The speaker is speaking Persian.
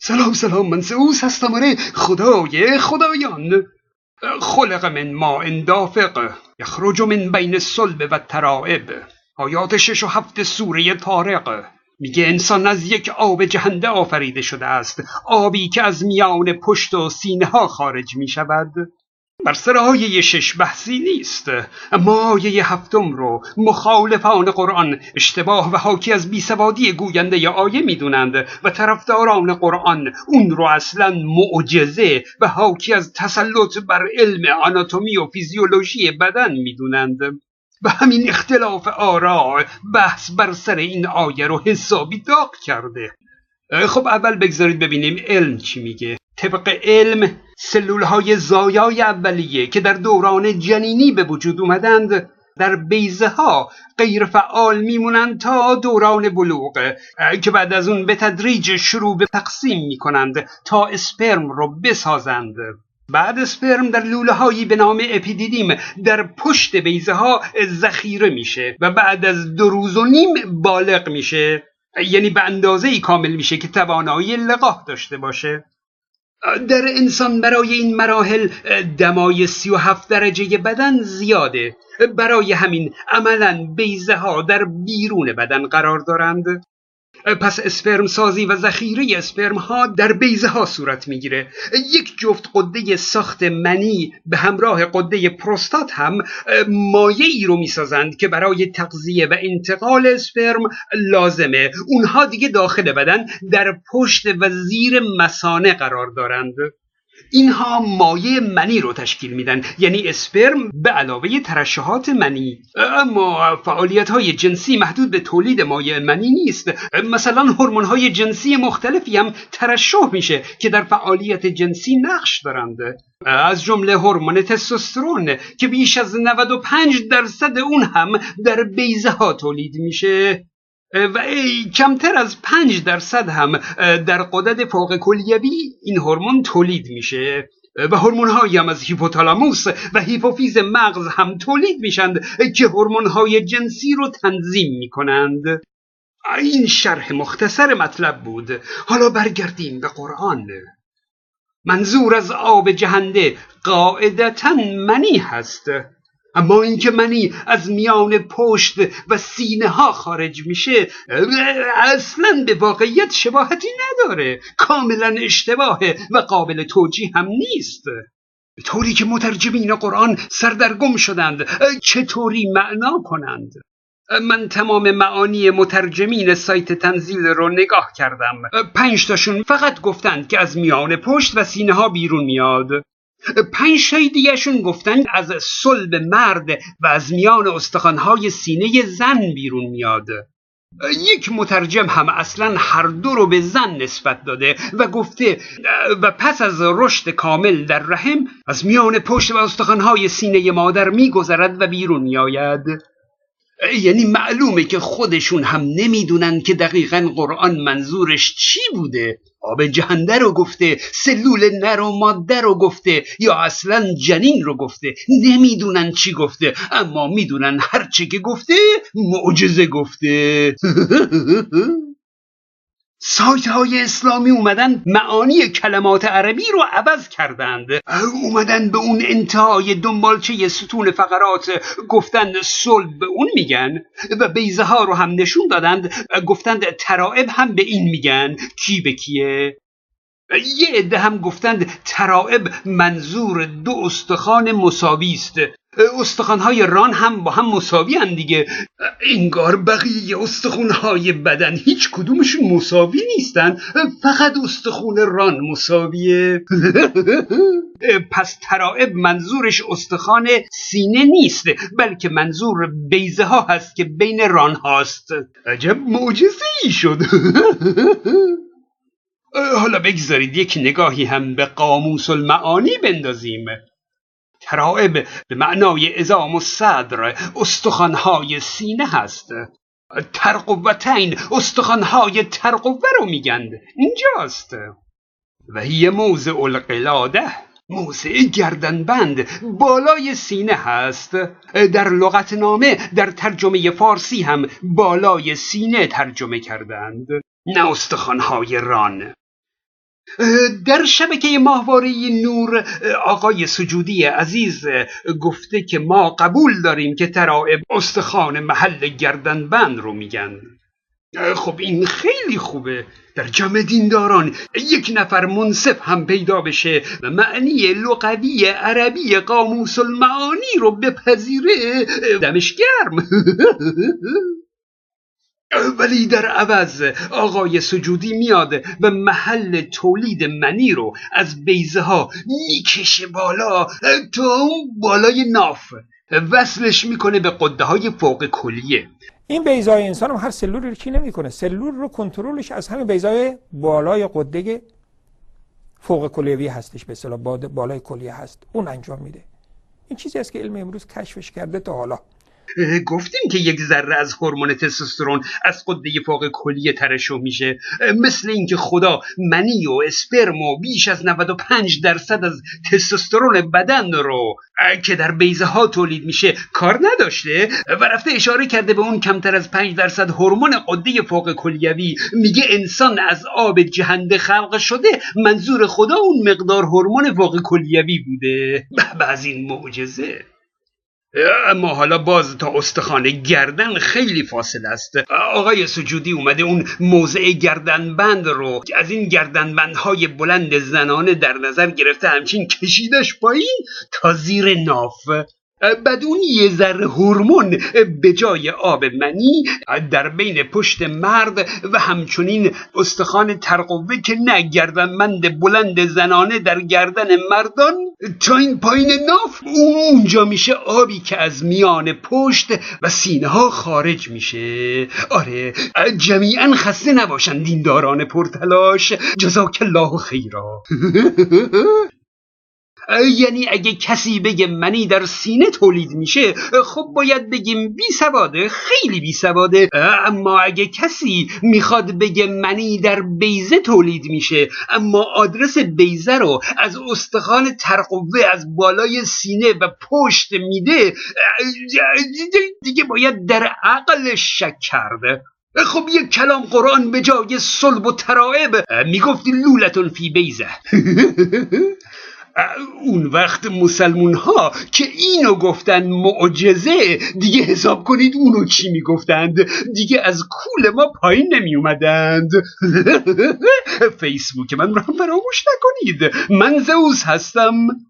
سلام من زئوس هستم. آره خدای خدایان. خلق من ماء دافق یخرج من بین الصلب و الترائب. آیات 6 و 7 سوره طارق. میگه انسان از یک آب جهنده آفریده شده است، آبی که از میان پشت و سینه ها خارج می شود. بر سر آیه 6 بحثی نیست، اما آیه 7 رو مخالفان قرآن اشتباه و حاکی از بیسوادی گوینده آیه میدونند و طرفداران قرآن اون رو اصلا معجزه و حاکی از تسلط بر علم آناتومی و فیزیولوژی بدن میدونند. و همین اختلاف آراء بحث بر سر این آیه رو حسابی داغ کرده. خب اول بگذارید ببینیم علم چی میگه. طبق علم سلولهای زایای اولیه که در دوران جنینی به وجود اومدند در بیضه ها غیر فعال میمونند تا دوران بلوغ، که بعد از اون به تدریج شروع به تقسیم میکنند تا اسپرم رو بسازند. بعد اسپرم در لوله هایی به نام اپیدیدیم در پشت بیضه ها ذخیره میشه و بعد از 2 روز و نیم بالغ میشه، یعنی به اندازه‌ای کامل میشه که توانایی لقاح داشته باشه. در انسان برای این مراحل دمای 37 درجه بدن زیاده، برای همین عملاً بیضه ها در بیرون بدن قرار دارند. پس اسپرم سازی و ذخیره اسپرم ها در بیضه ها صورت میگیره. یک جفت قده ساخت منی به همراه قده پروستات هم مایعی رو میسازند که برای تغذیه و انتقال اسپرم لازمه. اونها دیگه داخل بدن در پشت و زیر مثانه قرار دارند. اینها مایع منی رو تشکیل میدن، یعنی اسپرم به علاوه ترشحات منی. اما فعالیت‌های جنسی محدود به تولید مایع منی نیست. مثلا هورمون‌های جنسی مختلفی هم ترشح میشه که در فعالیت جنسی نقش دارند، از جمله هورمون تستوسترون که بیش از 95% اون هم در بیضه ها تولید میشه و کمتر از 5% هم در غدد فوق کلیوی این هورمون تولید میشه و هورمون‌هایی هم از هیپوتالاموس و هیپوفیز مغز هم تولید میشند که هورمون‌های جنسی رو تنظیم میکنند. این شرح مختصر مطلب بود. حالا برگردیم به قرآن. منظور از آب جهنده قاعدتاً منی هست، اما اینکه منی از میان پشت و سینه ها خارج میشه اصلاً به واقعیت شباهتی نداره، کاملاً اشتباهه و قابل توجیه هم نیست. طوری که مترجمین قرآن سردرگم شدند چطوری معنا کنند. من تمام معانی مترجمین سایت تنزیل رو نگاه کردم. 5 تاشون فقط گفتند که از میان پشت و سینه ها بیرون میاد. 5 تای دیگه‌شون گفتن از صلب مرد و از میان استخوان‌های سینه زن بیرون میاد. یک مترجم هم اصلا هر دو رو به زن نسبت داده و گفته و پس از رشد کامل در رحم از میان پشت و استخوان‌های سینه مادر میگذرد و بیرون میآید. یعنی معلومه که خودشون هم نمیدونن که دقیقاً قرآن منظورش چی بوده. آب جهنده رو گفته، سلول نر و ماده رو گفته، یا اصلاً جنین رو گفته. نمیدونن چی گفته، اما میدونن هرچه که گفته معجزه گفته. سایت های اسلامی اومدن معانی کلمات عربی رو عوض کردند، اومدن به اون انتهای دنبالچه ستون فقرات گفتند صلب به اون میگن و بیضه ها رو هم نشون دادند، گفتند ترائب هم به این میگن. کی به کیه؟ یه عده هم گفتند ترائب منظور 2 استخوان مساوی است. استخوان‌های ران هم با هم مساوی هستند دیگه. انگار بقیه استخوان‌های بدن هیچ کدومشون مساوی نیستن، فقط استخوان ران مساویه. پس ترائب منظورش استخوان سینه نیست، بلکه منظور بیضه ها هست که بین ران هاست. عجب معجزه‌ای شد. حالا بگذارید یک نگاهی هم به قاموس المعانی بندازیم. ترائب به معنای عظام الصدر استخوان‌های سینه هست. ترقوتین استخوان‌های ترقوه رو میگن، اینجاست. و هی موضع القلاده، موضع گردنبند بالای سینه هست. در لغتنامه در ترجمه فارسی هم بالای سینه ترجمه کردند، نه استخوان‌های ران. در شبکه ماهواره نور آقای سجودی عزیز گفته که ما قبول داریم که ترائب استخوان محل گردنبند رو میگن. خب این خیلی خوبه. در جمع دینداران یک نفر منصف هم پیدا بشه و معنی لغوی عربی قاموس المعانی رو بپذیره، دمش گرم. ولی در عوض آقای سجودی میاد و محل تولید منی رو از بیضه ها میکشه بالا تا اون بالای ناف، وصلش میکنه به قده های فوق کلیه. این بیضای انسان هم هر سلولی رو کی نمیکنه، سلول رو کنترلش از همین بیضای بالای قده فوق کلیوی هستش، به اصطلاح بالای کلیه هست، اون انجام میده. این چیزی است که علم امروز کشفش کرده تا حالا. گفتیم که یک ذره از هورمون تستوسترون از قده فوق کلیه ترشح میشه، مثل اینکه خدا منی و اسپرم و بیش از 95% از تستوسترون بدن رو که در بیضه ها تولید میشه کار نداشته و رفته اشاره کرده به اون کمتر از 5% هورمون قده فوق کلیوی. میگه انسان از آب جهنده خلق شده، منظور خدا اون مقدار هورمون فوق کلیوی بوده. بعض این معجزه. اما حالا باز تا استخوان گردن خیلی فاصله است. آقای سجودی اومده اون موضع گردنبند رو از این گردنبندهای بلند زنانه در نظر گرفته، همچین کشیدش پایین تا زیر ناف. بدون یه ذره هورمون به جای آب منی در بین پشت مرد و همچنین استخوان ترقوه که نه گردنبند بلند زنانه در گردن مردان تا این پایین ناف، اونجا میشه آبی که از میان پشت و سینه ها خارج میشه. آره جمیعا خسته نباشن دینداران پرتلاش، جزاک الله خیرا. یعنی اگه کسی بگه منی در سینه تولید میشه، خب باید بگیم بی سواده، خیلی بی سواده. اما اگه کسی میخواد بگه منی در بیضه تولید میشه اما آدرس بیضه رو از استخوان ترقوه از بالای سینه و پشت میده، دیگه باید در عقلش شک کرده. خب یک کلام قرآن به جای صلب و ترائب میگفت لولتون فی بیضه. اون وقت مسلمون ها که اینو گفتن معجزه، دیگه حساب کنید اونو چی میگفتند، دیگه از کول ما پایین نمی اومدند. فیسبوک من رو فراموش نکنید. من زئوس هستم.